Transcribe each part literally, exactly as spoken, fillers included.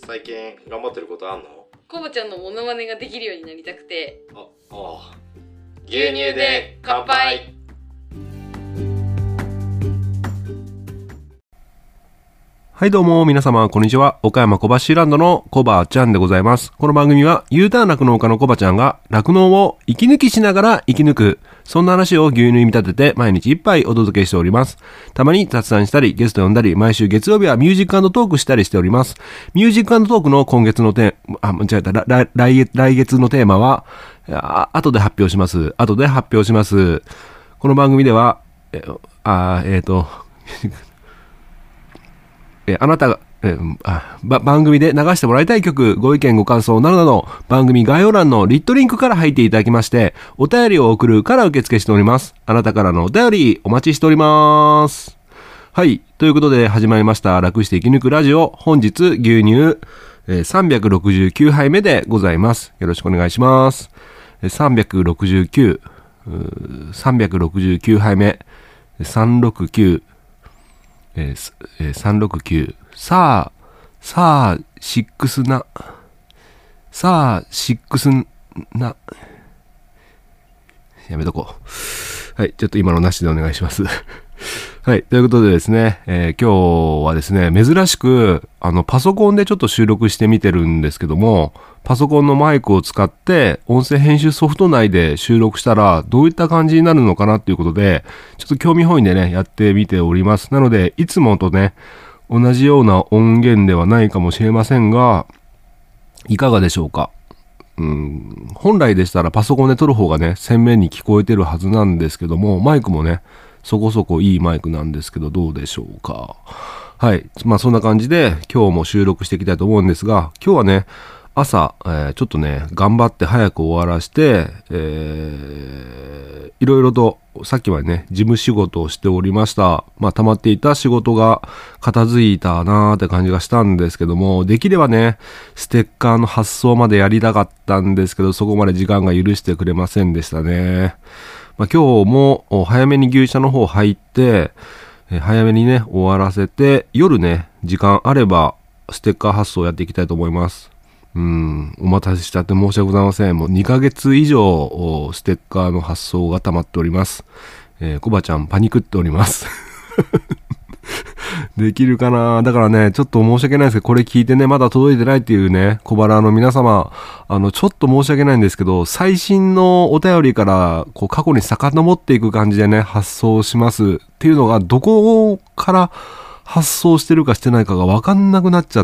最近頑張ってることあんの？ コボちゃんのモノマネができるようになりたくて。 あ、ああ。牛乳で乾杯。 はいどうも皆様こんにちは。岡山小橋ランドのコバちゃんでございます。この番組は U ターン酪農家のコバちゃんが酪農を息抜きしながら生き抜く、そんな話を牛乳に見立てて毎日一杯お届けしております。たまに雑談したりゲスト呼んだり、毎週月曜日はミュージック&トークしたりしております。ミュージック&トークの今月のテーマ、あ、間違えた、来, 来, 月来月のテーマはあ後で発表します。後で発表します。この番組ではえあえっ、ー、とえあなたが、えあば番組で流してもらいたい曲、ご意見ご感想などなど、番組概要欄のリットリンクから入っていただきまして、お便りを送るから受付しております。あなたからのお便りお待ちしております。はい。ということで始まりました。楽して生き抜くラジオ。本日牛乳、えー、さんびゃくろくじゅうきゅうはいめでございます。よろしくお願いします。さんびゃくろくじゅうきゅう、さんびゃくろくじゅうきゅうはいめ、さんびゃくろくじゅうきゅう、えーえー、さんびゃくろくじゅうきゅうさあさあシックスなさあシックスなやめとこう。はい、ちょっと今のなしでお願いしますはい、ということでですね、えー、今日はですね、珍しくあのパソコンでちょっと収録してみてるんですけども、パソコンのマイクを使って音声編集ソフト内で収録したらどういった感じになるのかなということで、ちょっと興味本位でねやってみております。なのでいつもとね同じような音源ではないかもしれませんが、いかがでしょうか。うん、本来でしたらパソコンで撮る方がね鮮明に聞こえてるはずなんですけども、マイクもねそこそこいいマイクなんですけど、どうでしょうか。はい、まあそんな感じで今日も収録していきたいと思うんですが、今日はね朝、えー、ちょっとね頑張って早く終わらして、えー、いろいろとさっきまでね事務仕事をしておりました。まあ溜まっていた仕事が片付いたなーって感じがしたんですけども、できればねステッカーの発送までやりたかったんですけど、そこまで時間が許してくれませんでしたね。まあ、今日も早めに牛舎の方入って、えー、早めにね終わらせて、夜ね時間あればステッカー発送やっていきたいと思います。うん、お待たせしちゃって申し訳ございません。もうにかげつ以上ステッカーの発送が溜まっております。えー、コバちゃんパニクっておりますできるかな。だからねちょっと申し訳ないですけど、これ聞いてねまだ届いてないっていうね小腹の皆様、あのちょっと申し訳ないんですけど、最新のお便りからこう過去に遡っていく感じでね発送しますっていうのが、どこから発送してるかしてないかが分かんなくなっちゃって、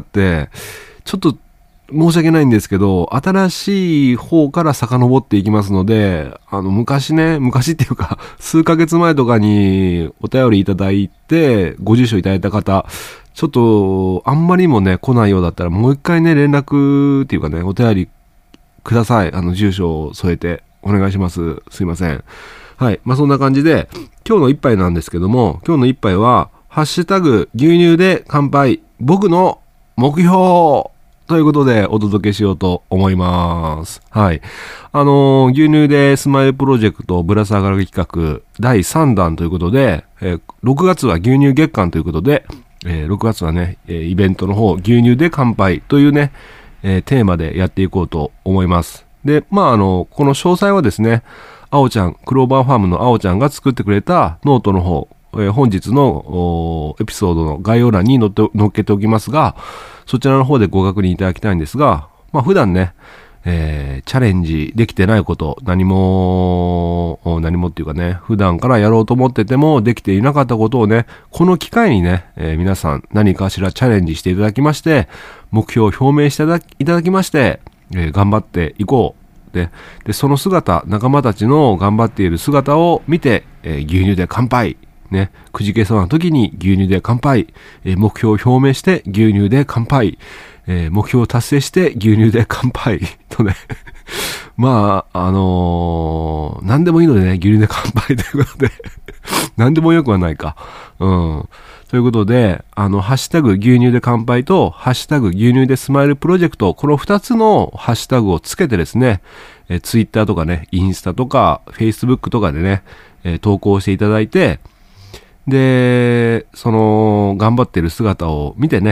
ちょっと申し訳ないんですけど、新しい方から遡っていきますので、あの昔ね昔っていうか数ヶ月前とかにお便りいただいてご住所いただいた方、ちょっとあんまりもね来ないようだったらもう一回ね連絡っていうかねお便りください。あの住所を添えてお願いします。すいません。はい、まあそんな感じで今日の一杯なんですけども、今日の一杯はハッシュタグ牛乳で乾杯、僕の目標ということでお届けしようと思います。はい。あのー、牛乳でスマイルプロジェクトぶら下がり企画だいさんだんということで、えー、ろくがつは牛乳月間ということで、えー、ろくがつはね、えー、イベントの方、牛乳で乾杯というね、えー、テーマでやっていこうと思います。で、まあ、あの、この詳細はですね、あおちゃん、クローバーファームのあおちゃんが作ってくれたノートの方、えー、本日のエピソードの概要欄に載って載っけておきますが、そちらの方でご確認いただきたいんですが、まあ普段ね、えー、チャレンジできてないこと、何も何もっていうかね、普段からやろうと思っててもできていなかったことをね、この機会にね、えー、皆さん何かしらチャレンジしていただきまして、目標を表明していただき、いただきまして、えー、頑張っていこう。で、でその姿、仲間たちの頑張っている姿を見て、えー、牛乳で乾杯。ね、くじけそうな時に牛乳で乾杯、えー、目標を表明して牛乳で乾杯、えー、目標を達成して牛乳で乾杯とねまああのー、何でもいいのでね牛乳で乾杯ということで何でもよくはないか、うんということで、あのハッシュタグ牛乳で乾杯とハッシュタグ牛乳でスマイルプロジェクト、このふたつのハッシュタグをつけてですね、えー、ツイッターとかねインスタとかフェイスブックとかでね、えー、投稿していただいて、でその頑張ってる姿を見てね、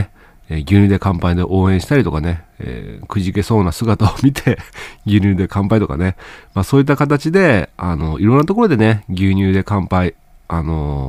えー、牛乳で乾杯で応援したりとかね、えー、くじけそうな姿を見て牛乳で乾杯とかね、まあそういった形で、あの、いろんなところでね、牛乳で乾杯、あ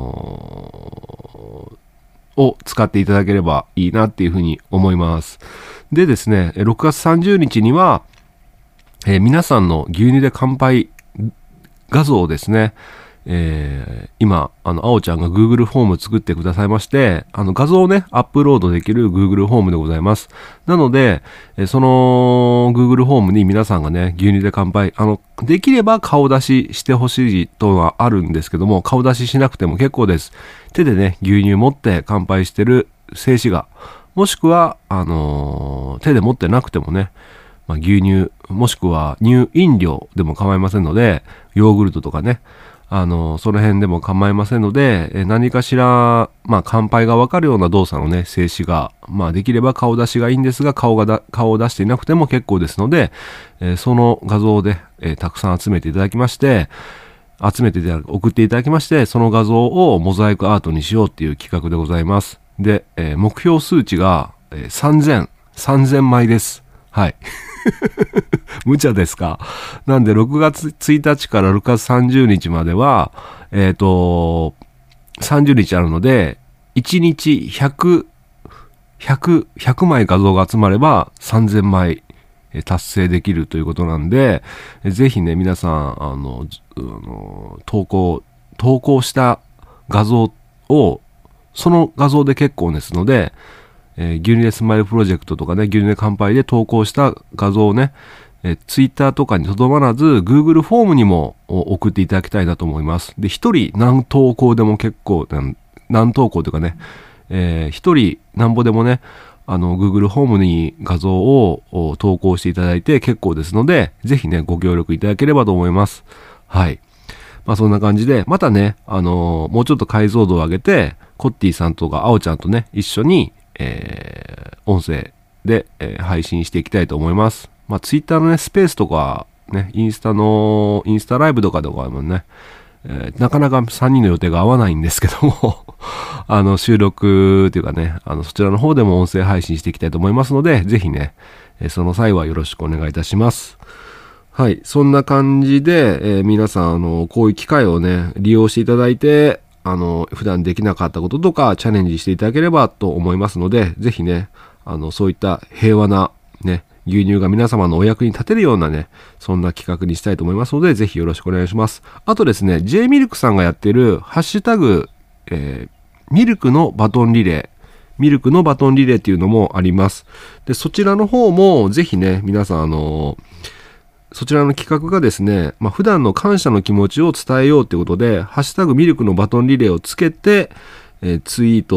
のー、を使っていただければいいなっていうふうに思います。でですね、ろくがつさんじゅうにちには、えー、皆さんの牛乳で乾杯画像をですね、えー、今、あの、あおちゃんが Google フォーム作ってくださいまして、あの、画像をね、アップロードできる Google フォームでございます。なので、えー、その Google フォームに皆さんがね、牛乳で乾杯、あの、できれば顔出ししてほしいとはあるんですけども、顔出ししなくても結構です。手でね、牛乳持って乾杯してる静止画、もしくは、あのー、手で持ってなくてもね、まあ、牛乳、もしくは乳飲料でも構いませんので、ヨーグルトとかね、あの、その辺でも構いませんので、え何かしら、まあ、乾杯がわかるような動作のね、静止画、まあ、できれば顔出しがいいんですが、顔がだ、顔を出していなくても結構ですので、えー、その画像で、えー、たくさん集めていただきまして、集めていただ送っていただきまして、その画像をモザイクアートにしようっていう企画でございます。で、えー、目標数値が、えー、さんぜん、さんぜんまいです。はい。無茶ですか。なんでろくがつついたちからろくがつさんじゅうにちまでは、えっと、さんじゅうにちあるので、いちにちひゃく、ひゃく、ひゃくまい画像が集まればさんぜんまい達成できるということなんで、ぜひね、皆さん、あの、あの投稿、投稿した画像を、その画像で結構ですので、えー、牛乳でスマイルプロジェクトとかね、牛乳で乾杯で投稿した画像をね、えー、ツイッターとかにとどまらず、Google フォームにも送っていただきたいなと思います。で、一人何投稿でも結構、何投稿というかね、えー、一人なんぼでもね、あの、Google フォームに画像を投稿していただいて結構ですので、ぜひね、ご協力いただければと思います。はい。まあそんな感じで、またね、あのー、もうちょっと解像度を上げて、コッティさんとかあおちゃんとね、一緒に、えー、音声で、えー、配信していきたいと思います。まあ、ツイッターのね、スペースとか、ね、インスタの、インスタライブとかとかもね、えー、なかなかさんにんの予定が合わないんですけども、あの、収録というかね、あの、そちらの方でも音声配信していきたいと思いますので、ぜひね、えー、その際はよろしくお願いいたします。はい。そんな感じで、えー、皆さん、あの、こういう機会をね、利用していただいて、あの、普段できなかったこととかチャレンジしていただければと思いますので、ぜひね、あの、そういった平和なね、牛乳が皆様のお役に立てるようなね、そんな企画にしたいと思いますので、ぜひよろしくお願いします。あとですね、J ミルクさんがやっている、ハッシュタグ、えー、ミルクのバトンリレー、ミルクのバトンリレーっていうのもあります。で、そちらの方も、ぜひね、皆さん、あのそちらの企画がですね、まあ、普段の感謝の気持ちを伝えようということで、ハッシュタグミルクのバトンリレーをつけて、えー、ツイー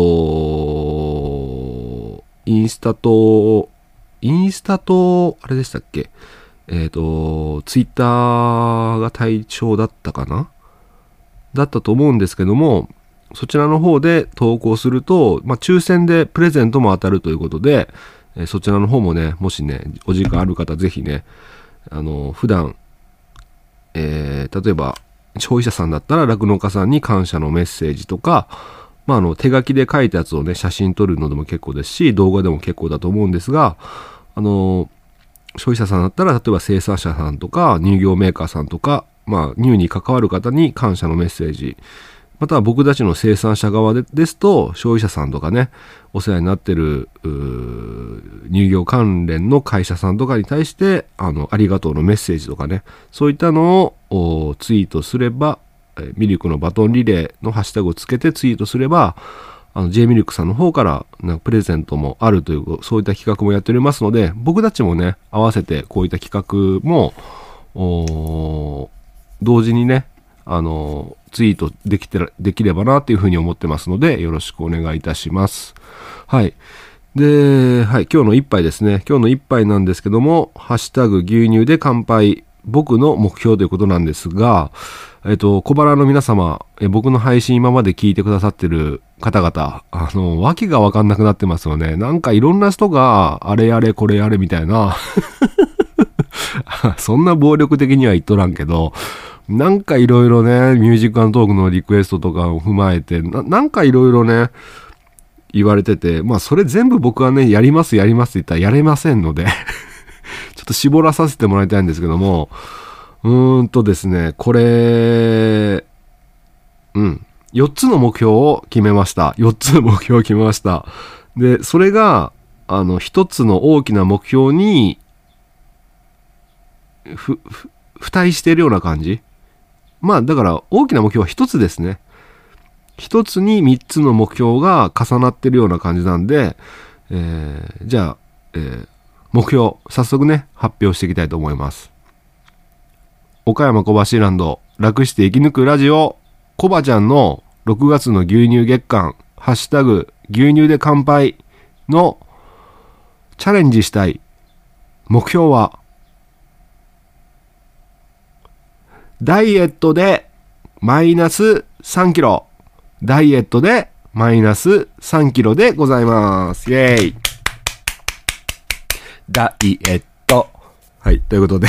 ト、インスタと、インスタと、あれでしたっけえっと、ツイッターが対象だったかなだったと思うんですけども、そちらの方で投稿すると、まあ、抽選でプレゼントも当たるということで、えー、そちらの方もね、もしね、お時間ある方、ぜひね、あの、普段、えー、例えば、消費者さんだったら酪農家さんに感謝のメッセージとか、まあ、あの、手書きで書いたやつをね、写真撮るのでも結構ですし、動画でも結構だと思うんですが、あの、消費者さんだったら、例えば生産者さんとか、乳業メーカーさんとか、まあ、乳に関わる方に感謝のメッセージ、または僕たちの生産者側でですと、消費者さんとかね、お世話になってる乳業関連の会社さんとかに対して、あの、ありがとうのメッセージとかね、そういったのをツイートすれば、ミルクのバトンリレーのハッシュタグをつけてツイートすれば、あの J ミルクさんの方からなんかプレゼントもあるという、そういった企画もやっておりますので、僕たちもね、合わせてこういった企画も、同時にね、あの、ツイートできてら、できればなというふうに思ってますので、よろしくお願いいたします。はい。で、はい、今日の一杯ですね。今日の一杯なんですけども、ハッシュタグ牛乳で乾杯、僕の目標ということなんですが、えっと、小腹の皆様、え僕の配信今まで聞いてくださってる方々、あの、訳がわかんなくなってますよね。なんかいろんな人が、あれやれこれやれみたいな、そんな暴力的には言っとらんけど、なんかいろいろね、ミュージック&トークのリクエストとかを踏まえて、な, なんかいろいろね、 言われてて、まあそれ全部僕はね、やりますやりますって言ったらやれませんので、ちょっと絞らさせてもらいたいんですけども、うーんとですね、これ、うん、よっつの目標を決めました。よっつの目標を決めました。で、それが、あの、ひとつの大きな目標に、ふ、ふ、付帯しているような感じ。まあ、だから大きな目標はひとつですね。ひとつにみっつの目標が重なってるような感じなんで、えー、じゃあ、えー、目標、早速ね、発表していきたいと思います。岡山小橋ランド、楽して生き抜くラジオ、コバちゃんのろくがつの牛乳月間、ハッシュタグ、牛乳で乾杯のチャレンジしたい目標は、ダイエットでマイナスさんキロ。ダイエットでマイナスさんキロでございます。イェーイ。ダイエット。はい、ということで。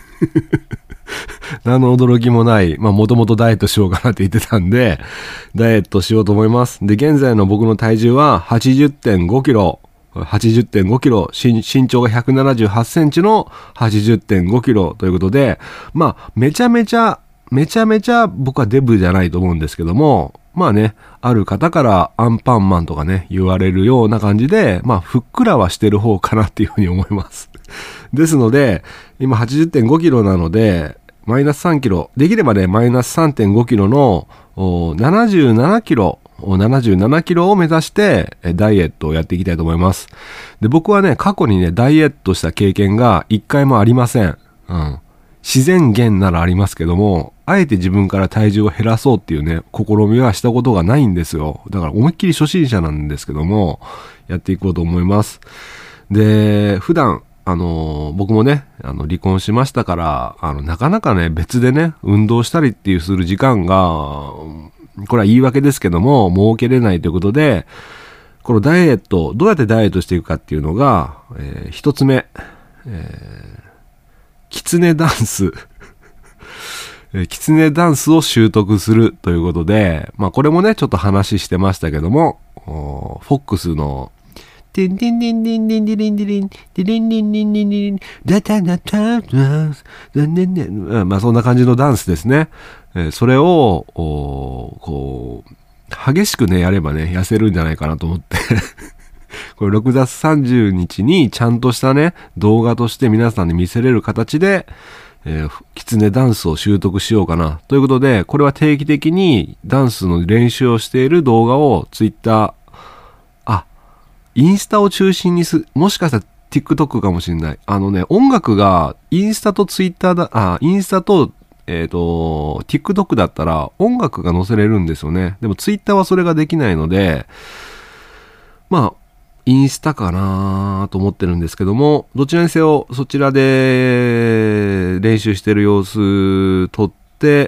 何の驚きもない。まあ、もともとダイエットしようかなって言ってたんで、ダイエットしようと思います。で、現在の僕の体重は はちじゅってんごキロ。はちじゅってんごキロ。身長がひゃくななじゅうはちセンチの はちじゅってんごキロということで、まあ、めちゃめちゃ、めちゃめちゃ僕はデブじゃないと思うんですけども、まあね、ある方からアンパンマンとかね、言われるような感じで、まあ、ふっくらはしてる方かなっていうふうに思います。ですので、今 はちじゅってんごキロなので、マイナスさんキロ、できればね、マイナス さんてんごキロのななじゅうななキロ、ななじゅうななキロを目指してダイエットをやっていきたいと思います。で、僕はね、過去にね、ダイエットした経験が一回もありません。うん。自然減ならありますけども、あえて自分から体重を減らそうっていうね、試みはしたことがないんですよ。だから思いっきり初心者なんですけども、やっていこうと思います。で、普段、あの、僕もね、あの、離婚しましたから、あの、なかなかね、別でね、運動したりっていうする時間が、これは言い訳ですけども、設けれないということで、このダイエット、どうやってダイエットしていくかっていうのが、えー、一つ目、えー、キツネダンス。キツネダンスを習得するということで、まあこれもね、ちょっと話してましたけども、フォックスの、ティンティンティンティンティンティンティンティンティンティンティンティンティンダタナタダンスダンデンデン、まあそんな感じのダンスですね。それを、こう、激しくね、やればね、痩せるんじゃないかなと思って。これろくがつさんじゅうにちにちゃんとしたね、動画として皆さんに見せれる形で、えー、キツネダンスを習得しようかな。ということで、これは定期的にダンスの練習をしている動画をツイッター、あ、インスタを中心にす、もしかしたら TikTok かもしれない。あのね、音楽がインスタとツイッターだ、あ、インスタと、えっと、TikTok だったら音楽が載せれるんですよね。でもツイッターはそれができないので、まあ、インスタかなと思ってるんですけども、どちらにせよそちらで練習してる様子撮って、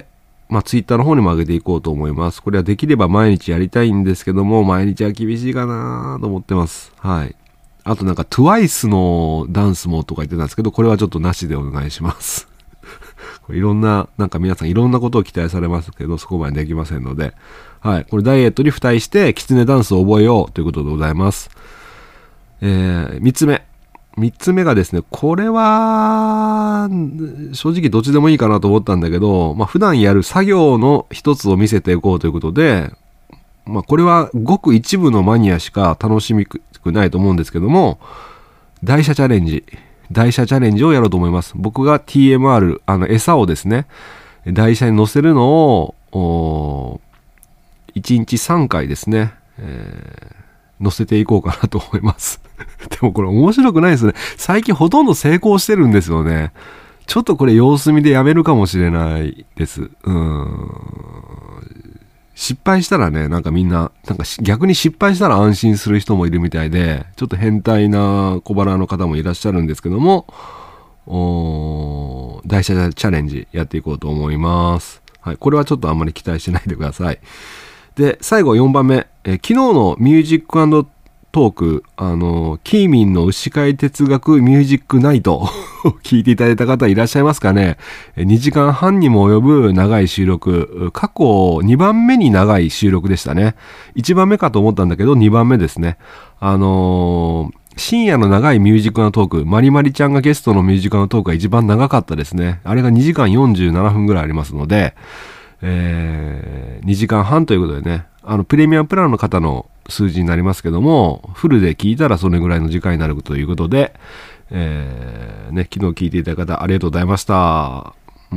まあツイッターの方にも上げていこうと思います。これはできれば毎日やりたいんですけども、毎日は厳しいかなと思ってます。はい。あとなんか トゥワイス のダンスもとか言ってたんですけど、これはちょっとなしでお願いします。これいろんな、なんか皆さんいろんなことを期待されますけど、そこまでできませんので、はい。これダイエットに付帯してキツネダンスを覚えようということでございます。えー、三つ目。三つ目がですね、これは、正直どっちでもいいかなと思ったんだけど、まあ普段やる作業の一つを見せていこうということで、まあこれはごく一部のマニアしか楽しみくないと思うんですけども、台車チャレンジ。台車チャレンジをやろうと思います。僕が ティーエムアール、あの餌をですね、台車に乗せるのを、いちにちさんかいですね、えー乗せていこうかなと思います。でもこれ面白くないですね。最近ほとんど成功してるんですよね。ちょっとこれ様子見でやめるかもしれないです。うーん。失敗したらね、なんかみんな、なんか逆に失敗したら安心する人もいるみたいで、ちょっと変態な小腹の方もいらっしゃるんですけども、お台車チャレンジやっていこうと思います。はい。これはちょっとあんまり期待しないでください。で、最後よんばんめ、えー、昨日のミュージックトーク、あの、キーミンの牛飼い哲学ミュージックナイトを聞いていただいた方いらっしゃいますかね。にじかんはんにも及ぶ長い収録、過去にばんめに長い収録でしたね。いちばんめかと思ったんだけどにばんめですね。あのー、深夜の長いミュージックのトーク、マリマリちゃんがゲストのミュージックのトークが一番長かったですね。あれがにじかんよんじゅうななふんぐらいありますので、えー、にじかんはんということでね、あのプレミアムプランの方の数字になりますけども、フルで聞いたらそれぐらいの時間になるということで、えー、ね、昨日聞いていただいた方ありがとうございました。うん、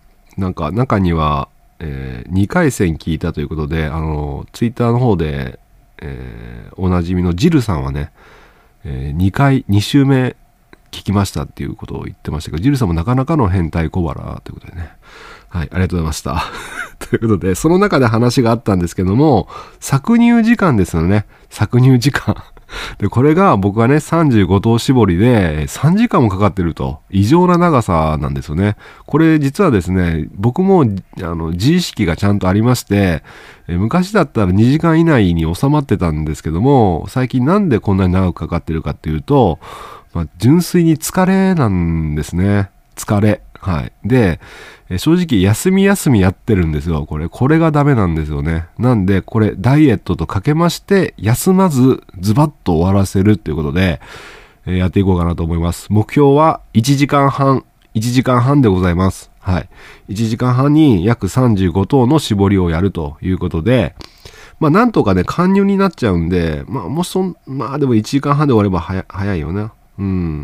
なんか中には、えー、にかい戦聞いたということで、あのツイッターの方で、えー、おなじみのジルさんはね、えー、にかいに週目聞きましたっていうことを言ってましたけど、ジルさんもなかなかの変態小腹ということでね、はい、ありがとうございましたということで、その中で話があったんですけども、搾乳時間ですよね。搾乳時間で、これが僕はねさんじゅうごとう絞りでさんじかんもかかってると、異常な長さなんですよね。これ実はですね、僕もあの自意識がちゃんとありまして、え昔だったらにじかん以内に収まってたんですけども、最近なんでこんなに長くかかってるかっていうと、まあ、純粋に疲れなんですね。疲れ。はい。で、え正直休み休みやってるんですよ。これ、これがダメなんですよね。なんで、これ、ダイエットとかけまして、休まずズバッと終わらせるっていうことで、えー、やっていこうかなと思います。目標はいちじかんはん、いちじかんはんでございます。はい。いちじかんはんに約さんじゅうごとうの絞りをやるということで、まあ、なんとかね、貫入になっちゃうんで、まあ、もしそん、まあ、でもいちじかんはんで終われば早早いよね。うん。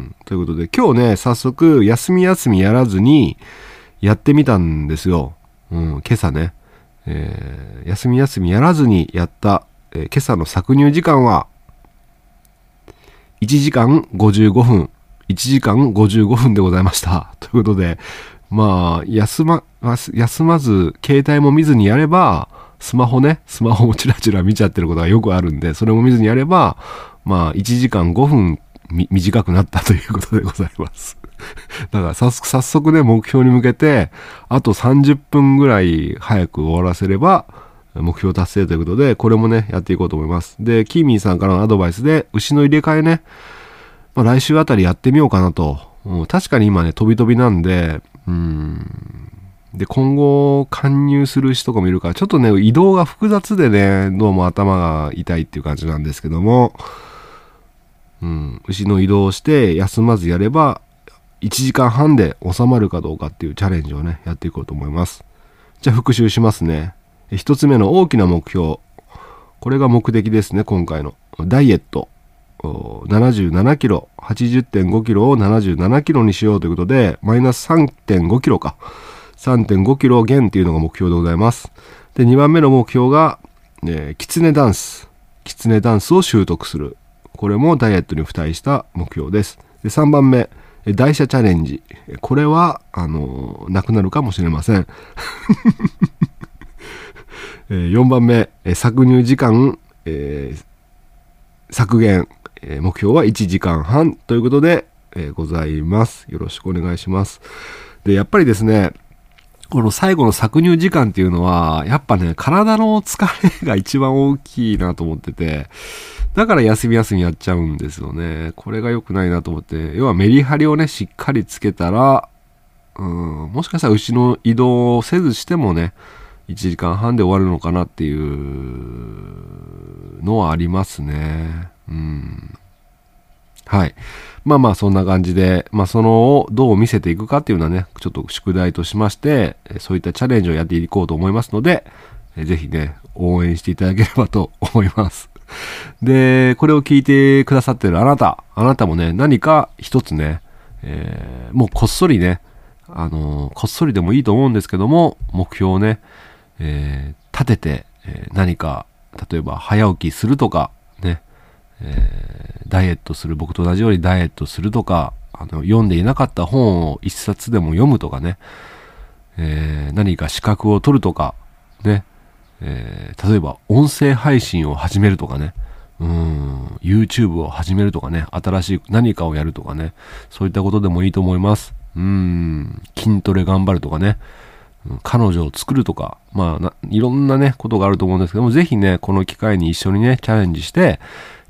ということで、今日ね、早速、休み休みやらずに、やってみたんですよ。うん、今朝ね、えー、休み休みやらずにやった、えー、今朝の搾乳時間は、いちじかんごじゅうごふん。いちじかんごじゅうごふんでございました。ということで、まあ、休ま、休まず、携帯も見ずにやれば、スマホね、スマホもチラチラ見ちゃってることがよくあるんで、それも見ずにやれば、まあ、いちじかんごふんみ短くなったということでございます。だから早速、早速ね、目標に向けて、あとさんじゅっぷんぐらい早く終わらせれば、目標達成ということで、これもね、やっていこうと思います。で、キーミンさんからのアドバイスで、牛の入れ替えね、まあ、来週あたりやってみようかなと。うん、確かに今ね、飛び飛びなんで、うん。で、今後、勧入する人とかもいるから、ちょっとね、移動が複雑でね、どうも頭が痛いっていう感じなんですけども、うん、牛の移動をして休まずやればいちじかんはんで収まるかどうかっていうチャレンジをねやっていこうと思います。じゃあ復習しますね。一つ目の大きな目標、これが目的ですね。今回のダイエットななじゅうななキロ はちじゅってんごキロをななじゅうななキロにしようということで、マイナス さんてんごキロか さんてんごキロ減っていうのが目標でございます。で、にばんめの目標が、ね、キツネダンスキツネダンスを習得する。これもダイエットに付帯した目標です。で、さんばんめ、台車チャレンジ。これは、あの、なくなるかもしれません。よんばんめ、搾乳時間、えー、削減。目標はいちじかんはんということで、えー、ございます。よろしくお願いします。で、やっぱりですね、この最後の搾乳時間っていうのは、やっぱね、体の疲れが一番大きいなと思ってて、だから休み休みやっちゃうんですよね。これが良くないなと思って、要はメリハリをね、しっかりつけたら、うん、もしかしたら牛の移動をせずしてもね、いちじかんはんで終わるのかなっていうのはありますね。うん。はい。まあまあそんな感じで、まあそのをどう見せていくかっていうのはね、ちょっと宿題としまして、そういったチャレンジをやっていこうと思いますので、ぜひね、応援していただければと思います。で、これを聞いてくださってるあなた、あなたもね、何か一つね、えー、もうこっそりね、あのー、こっそりでもいいと思うんですけども、目標をね、えー、立てて、えー、何か、例えば早起きするとか、ね、えー、ダイエットする、僕と同じようにダイエットするとか、あの読んでいなかった本を一冊でも読むとかね、えー、何か資格を取るとか、ね、えー、例えば音声配信を始めるとかね、うーん、YouTube を始めるとかね、新しい何かをやるとかね、そういったことでもいいと思います。うーん、筋トレ頑張るとかね、彼女を作るとか、まあな、いろんなね、ことがあると思うんですけども、ぜひね、この機会に一緒にね、チャレンジして、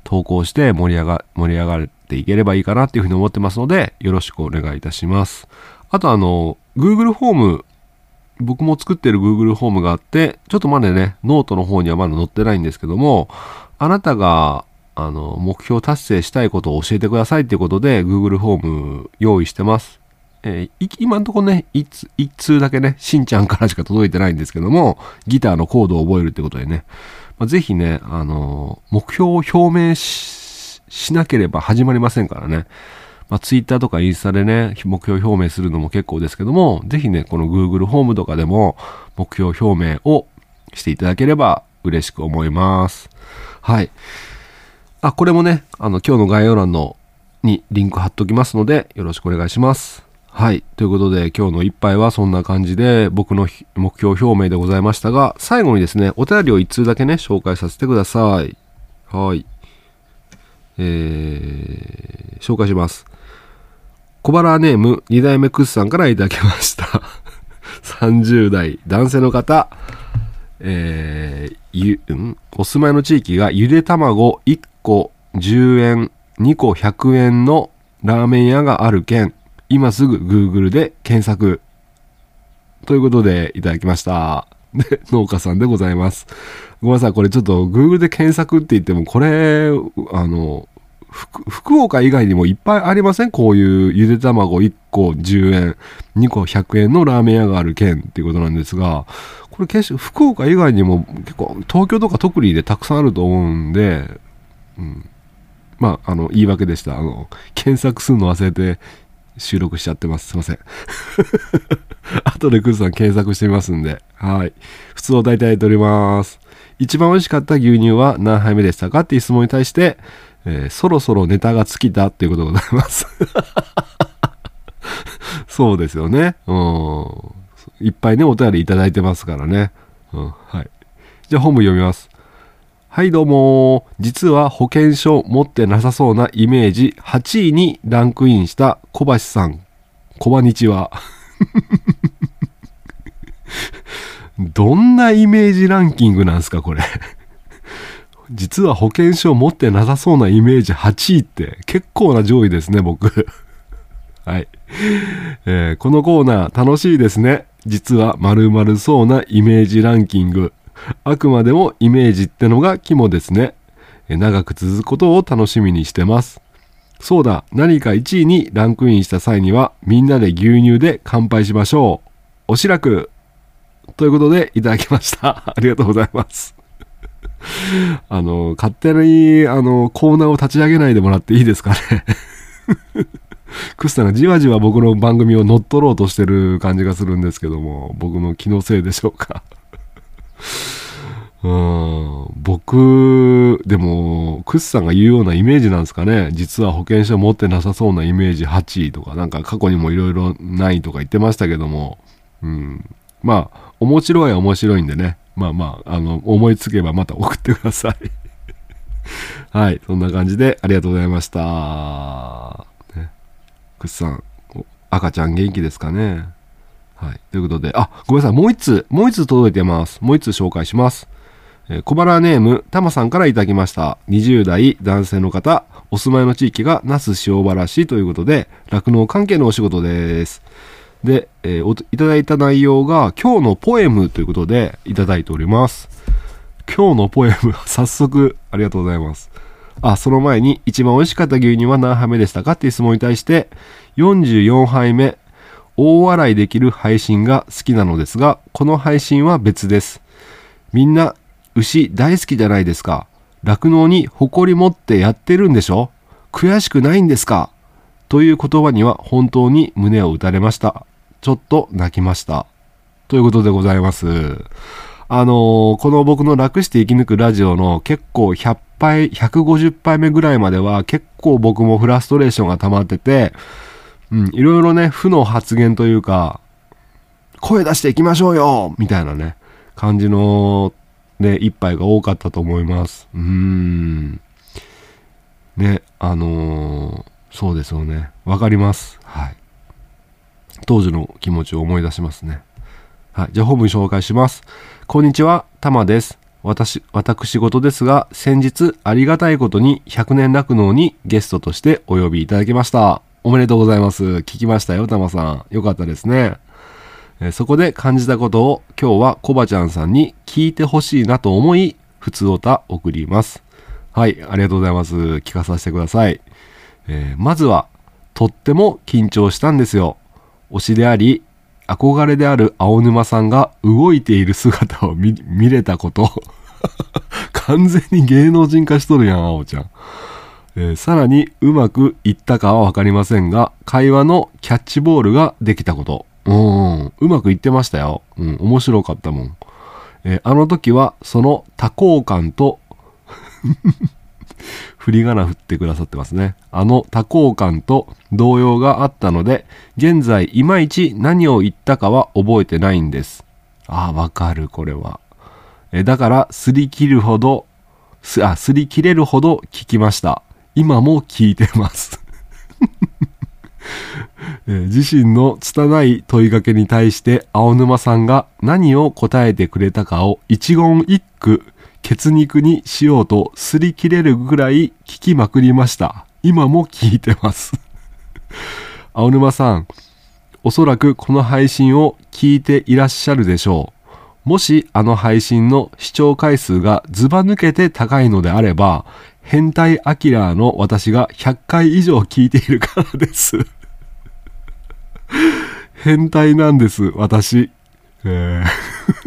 投稿して盛り上が、盛り上がっていければいいかなっていうふうに思ってますので、よろしくお願いいたします。あとあの、Google フォーム、僕も作ってる Google フォームがあって、ちょっとまだね、ノートの方にはまだ載ってないんですけども、あなたが、あの、目標達成したいことを教えてくださいっていうことで、Google フォーム用意してます。えー、今のところね、一通、一通だけね、しんちゃんからしか届いてないんですけども、ギターのコードを覚えるってことでね、まあ、ぜひね、あの、目標を表明 し, しなければ始まりませんからね。まあ、Twitter とかインスタでね、目標表明するのも結構ですけども、ぜひね、この Google ホームとかでも目標表明をしていただければ嬉しく思います。はい。あ、これもね、あの、今日の概要欄のにリンク貼っときますので、よろしくお願いします。はい。ということで、今日の一杯はそんな感じで、僕の目標表明でございましたが、最後にですね、お便りを一通だけね、紹介させてください。はい。えー、紹介します。小腹ネームに代目クスさんからいただきました。さんじゅう代男性の方、えー、ゆ、んお住まいの地域がゆで卵いっこじゅうえん、にこひゃくえんのラーメン屋がある県、今すぐ Google で検索。ということでいただきました。で、農家さんでございます。ごめんなさい、これちょっと Google で検索って言っても、これ、あの、福岡以外にもいっぱいありません？こういうゆで卵いっこじゅうえん、にこひゃくえんのラーメン屋がある県っていうことなんですが、これ決して福岡以外にも結構東京とか特にでたくさんあると思うんで、うん、まあ、あの、言い訳でした。あの、検索するの忘れて収録しちゃってます。すいません。後でクズさん検索してみますんで。はい。普通を大体取ります。一番美味しかった牛乳は何杯目でしたかっていう質問に対して、えー、そろそろネタが尽きたっていうことでございます。そうですよね。うん。いっぱいね、お便りいただいてますからね。うん。はい。じゃあ本文読みます。はい、どうも。実は保険証持ってなさそうなイメージはちいにランクインした小橋さん。こばにちは。どんなイメージランキングなんすか、これ。実は保険証持ってなさそうなイメージはちいって結構な上位ですね、僕。はい、えー。このコーナー楽しいですね。実は〇〇そうなイメージランキング。あくまでもイメージってのが肝ですね。長く続くことを楽しみにしてます。そうだ、何かいちいにランクインした際にはみんなで牛乳で乾杯しましょう。おしらく。ということでいただきました。ありがとうございます。あの、勝手にあのコーナーを立ち上げないでもらっていいですかね。クスさんがじわじわ僕の番組を乗っ取ろうとしてる感じがするんですけども、僕の気のせいでしょうか。うん、僕でもクスさんが言うようなイメージなんですかね。実は保険証持ってなさそうなイメージはちいとか、なんか過去にもいろいろないとか言ってましたけども、うん、まあ面白いは面白いんでね、まあまああの思いつけばまた送ってください。はい、そんな感じでありがとうございました、ね、クスさん赤ちゃん元気ですかね。はい。ということで、あ、ごめんなさい。もう一つ、もう一つ届いてます。もう一つ紹介します。えー、小腹ネーム、たまさんからいただきました。にじゅう代男性の方、お住まいの地域が那須塩原市ということで、酪農関係のお仕事です。で、えー、おいただいた内容が、今日のポエムということで、いただいております。今日のポエム、早速、ありがとうございます。あ、その前に、一番美味しかった牛乳は何杯目でしたかっていう質問に対して、よんじゅうよんはいめ、大笑いできる配信が好きなのですが、この配信は別です。みんな牛大好きじゃないですか。酪農に誇り持ってやってるんでしょ？悔しくないんですか？という言葉には本当に胸を打たれました。ちょっと泣きました。ということでございます。あのー、この僕の楽して生き抜くラジオの結構ひゃっぱい、ひゃくごじゅっぱいめぐらいまでは結構僕もフラストレーションが溜まってて、うん、いろいろね、負の発言というか、声出していきましょうよみたいなね、感じの、ね、一杯が多かったと思います。うーん。ね、あのー、そうですよね。わかります。はい。当時の気持ちを思い出しますね。はい。じゃあ本文紹介します。こんにちは、たまです。 私、私事ですが、先日ありがたいことにひゃくねん酪農にゲストとしてお呼びいただきました。おめでとうございます。聞きましたよ、たまさん。よかったですね。えー、そこで感じたことを今日はコバちゃんさんに聞いてほしいなと思い、ふつおた送ります。はい、ありがとうございます。聞かさせてください。えー、まずは、とっても緊張したんですよ。推しであり、憧れである青沼さんが動いている姿を 見, 見れたこと。完全に芸能人化しとるやん、青ちゃん。えー、さらにうまくいったかはわかりませんが、会話のキャッチボールができたこと。うん、うまくいってましたよ。うん、面白かったもん。えー、あの時はその多幸感と振り仮名振ってくださってますね。あの多幸感と動揺があったので、現在いまいち何を言ったかは覚えてないんです。ああ、わかる、これは。えだから擦り切るほどすあ擦り切れるほど聞きました。今も聞いてます。え自身の拙い問いかけに対して青沼さんが何を答えてくれたかを一言一句血肉にしようと擦り切れるぐらい聞きまくりました。今も聞いてます。青沼さん、おそらくこの配信を聞いていらっしゃるでしょう。もしあの配信の視聴回数がずば抜けて高いのであれば、変態アキラーの私がひゃっかい以上聞いているからです。変態なんです、私。えー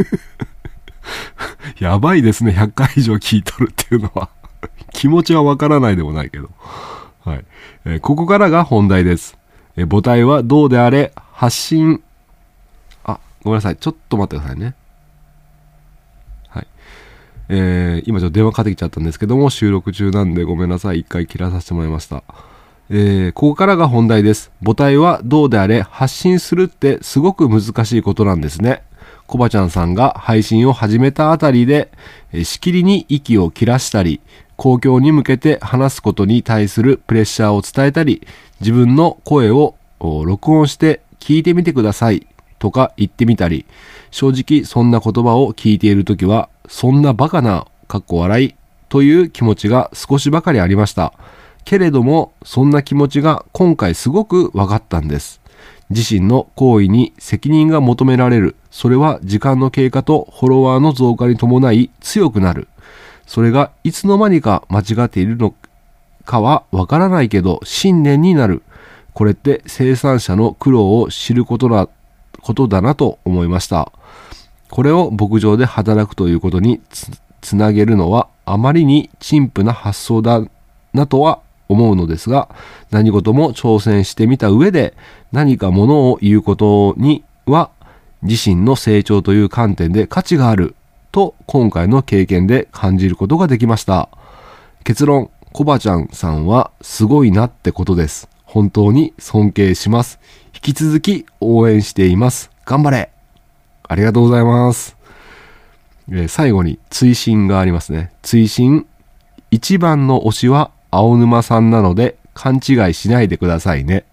やばいですね、ひゃっかい以上聞いとるっていうのは。気持ちはわからないでもないけど。はい。えー、ここからが本題です。えー、母体はどうであれ、発信、あ、ごめんなさい。ちょっと待ってくださいね。はい。えー、今ちょっと電話かかってきちゃったんですけども、収録中なんでごめんなさい。一回切らさせてもらいました。えー、ここからが本題です。母体はどうであれ、発信するってすごく難しいことなんですね。コバちゃんさんが配信を始めたあたりで、しきりに息を切らしたり、公共に向けて話すことに対するプレッシャーを伝えたり、自分の声を録音して聞いてみてくださいとか言ってみたり、正直そんな言葉を聞いているときは、そんなバカな、かっこ笑いという気持ちが少しばかりありました。けれども、そんな気持ちが今回すごく分かったんです。自身の行為に責任が求められる。それは時間の経過とフォロワーの増加に伴い強くなる。それがいつの間にか間違っているのかはわからないけど信念になる。これって生産者の苦労を知ることな、ことだなと思いました。これを牧場で働くということに つ, つなげるのはあまりに陳腐な発想だなとは思うのですが、何事も挑戦してみた上で何かものを言うことには自身の成長という観点で価値があると今回の経験で感じることができました。結論、コバちゃんさんはすごいなってことです。本当に尊敬します。引き続き応援しています。頑張れ。ありがとうございます。えー、最後に追伸がありますね。追伸、一番の推しは青沼さんなので勘違いしないでくださいね。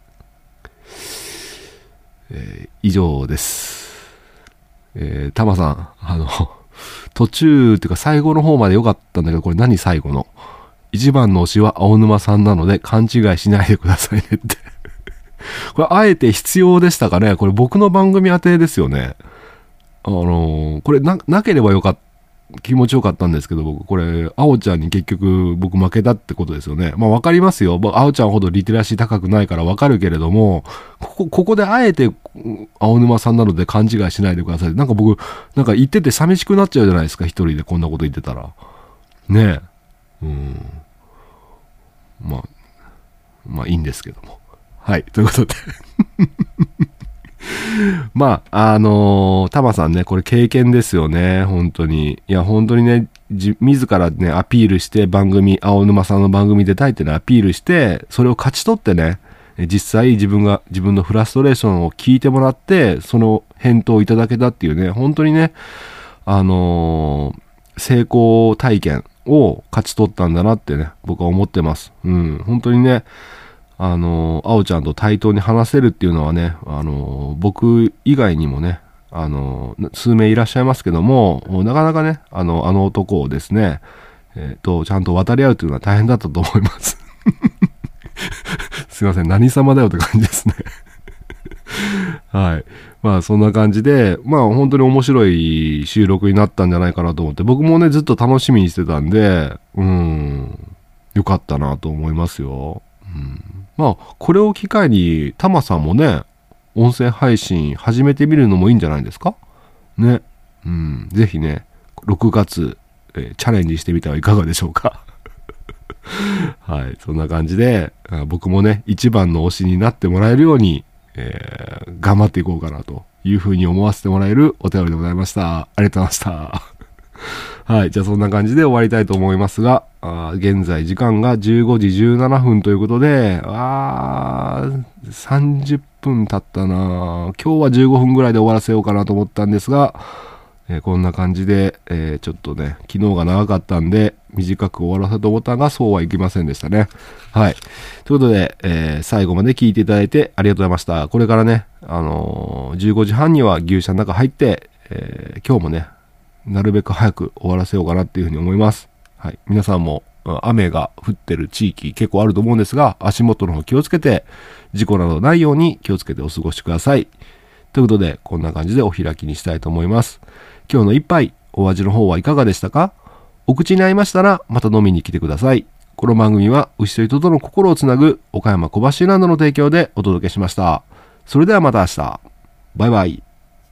えー、以上です。えー、タマさん、あの、途中っていうか最後の方まで良かったんだけど、これ何最後の。一番の推しは青沼さんなので勘違いしないでくださいねって。これあえて必要でしたかね。これ僕の番組宛てですよね。あのー、これな、なければよかった。気持ちよかったんですけど、僕、これ、あおちゃんに結局、僕負けたってことですよね。まあ、わかりますよ。あおちゃんほどリテラシー高くないからわかるけれども、ここ、ここであえて、青沼さんなので勘違いしないでください。なんか僕、なんか言ってて寂しくなっちゃうじゃないですか、一人でこんなこと言ってたら。ねえ。うん。まあ、まあいいんですけども。はい、ということで。まあ、あのー、タマさんね、これ経験ですよね、本当に。いや、本当にね、じ自らね、アピールして、番組、青沼さんの番組出たいってね、アピールして、それを勝ち取ってね、実際自分が、自分のフラストレーションを聞いてもらって、その返答をいただけたっていうね、本当にね、あのー、成功体験を勝ち取ったんだなってね、僕は思ってます。うん、本当にね、あの、あおちゃんと対等に話せるっていうのはね、あの、僕以外にもね、 あの、数名いらっしゃいますけども、もうなかなかね、あの、あの男をですね、えっと、ちゃんと渡り合うというのは大変だったと思います。すいません、何様だよって感じですね。はい。まあそんな感じで、まあ本当に面白い収録になったんじゃないかなと思って、僕もね、ずっと楽しみにしてたんで、うん、よかったなと思いますよ。うん、まあ、これを機会に、タマさんもね、音声配信始めてみるのもいいんじゃないですかね。うん、ぜひね、ろくがつ、えー、チャレンジしてみてはいかがでしょうか。はい、そんな感じで、僕もね、一番の推しになってもらえるように、えー、頑張っていこうかなというふうに思わせてもらえるお便りでございました。ありがとうございました。はい、じゃあそんな感じで終わりたいと思いますが、あ現在時間がじゅうごじじゅうななふんということで、あー、さんじゅっぷん経ったな。今日はじゅうごふんぐらいで終わらせようかなと思ったんですが、えー、こんな感じで、えー、ちょっとね、昨日が長かったんで、短く終わらせようと思ったが、そうはいきませんでしたね。はい。ということで、えー、最後まで聞いていただいてありがとうございました。これからね、あのー、じゅうごじはんには牛舎の中入って、えー、今日もね、なるべく早く終わらせようかなっていうふうに思います。はい。皆さんも、雨が降ってる地域結構あると思うんですが、足元の方気をつけて、事故などないように気をつけてお過ごしください。ということで、こんな感じでお開きにしたいと思います。今日の一杯、お味の方はいかがでしたか？お口に合いましたら、また飲みに来てください。この番組は、牛と人との心をつなぐ、岡山小橋ランドの提供でお届けしました。それではまた明日。バイバイ。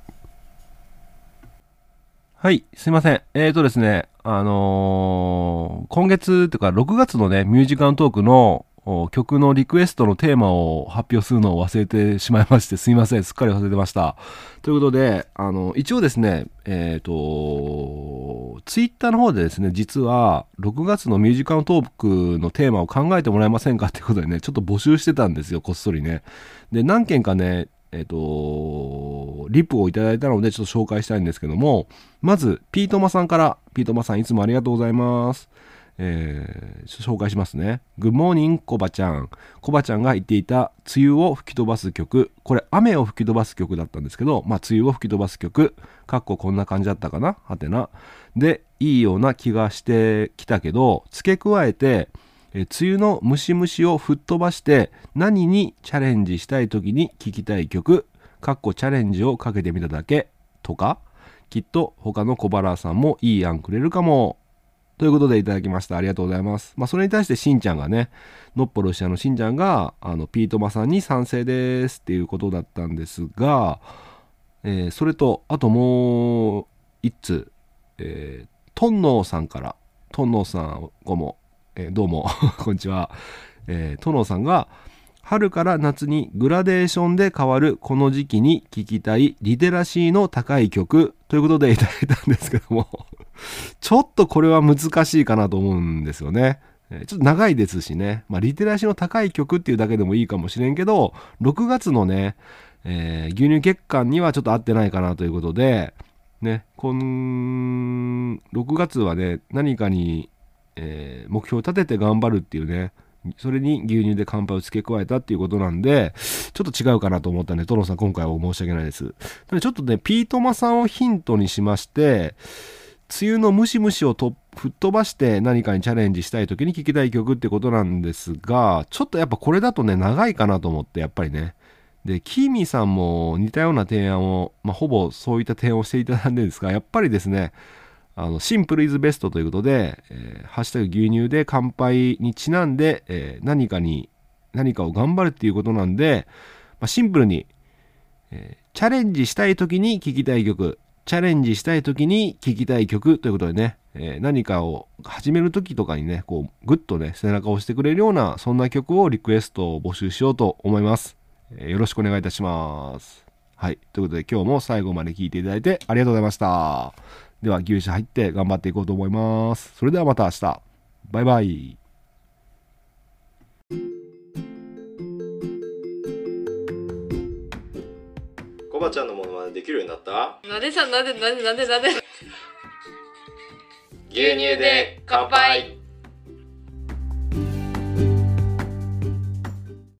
はい、すいません。えーとですね、あのー、今月というかろくがつのね、ミュージカルトークの曲のリクエストのテーマを発表するのを忘れてしまいまして、すいません。すっかり忘れてました。ということで、あの、一応ですね、えーと、ツイッターの方でですね、実はろくがつのミュージカルトークのテーマを考えてもらえませんかっていうことでね、ちょっと募集してたんですよ、こっそりね。で、何件かね、えっと、リプをいただいたのでちょっと紹介したいんですけども、まず、ピートマさんから、ピートマさんいつもありがとうございます。えー、紹介しますね。Good morning コバちゃん。コバちゃんが言っていた梅雨を吹き飛ばす曲。これ雨を吹き飛ばす曲だったんですけど、まあ梅雨を吹き飛ばす曲。かっここんな感じだったかなはてな。で、いいような気がしてきたけど、付け加えて、え梅雨のムシムシを吹っ飛ばして何にチャレンジしたい時に聴きたい曲。かっこチャレンジをかけてみただけとか、きっと他の小原さんもいい案くれるかも。ということでいただきました。ありがとうございます。まあ、それに対してしんちゃんがね、のっぽろしあのしんちゃんが、あの、ピートマさんに賛成ですっていうことだったんですが、えー、それと、あともう一つ、えー、トンノーさんから、トンノーさんごも、えー、どうも、こんにちは。えー、トンノーさんが、春から夏にグラデーションで変わるこの時期に聴きたいリテラシーの高い曲ということでいただいたんですけどもちょっとこれは難しいかなと思うんですよね。ちょっと長いですしね。まあ、リテラシーの高い曲っていうだけでもいいかもしれんけど、ろくがつのね、えー、牛乳月間にはちょっと合ってないかなということで、ね、こん、ろくがつはね、何かに、えー、目標を立てて頑張るっていうね、それに牛乳で乾杯を付け加えたっていうことなんで、ちょっと違うかなと思ったんで、トロさん今回は申し訳ないです。でちょっとね、ピートマさんをヒントにしまして、梅雨のムシムシをと吹っ飛ばして何かにチャレンジしたい時に聴きたい曲ってことなんですが、ちょっとやっぱこれだとね、長いかなと思って、やっぱりね。で、キーミーさんも似たような提案を、まあ、ほぼそういった提案をしていただいたんですが、やっぱりですね、あのシンプルイズベストということで、えー、ハッシュタグ牛乳で乾杯にちなんで、えー、何かに何かを頑張るっていうことなんで、まあ、シンプルに、えー、チャレンジしたい時に聴きたい曲、チャレンジしたい時に聴きたい曲ということでね、えー、何かを始める時とかにね、こうグッとね背中を押してくれるようなそんな曲をリクエストを募集しようと思います。えー、よろしくお願いいたします。はい、ということで今日も最後まで聴いていただいてありがとうございました。では牛舎入って頑張っていこうと思います。それではまた明日。バイバイ。 コバちゃんのものまねできるようになった？ なんでさ、なんでなんでなんでなんで牛乳で乾杯。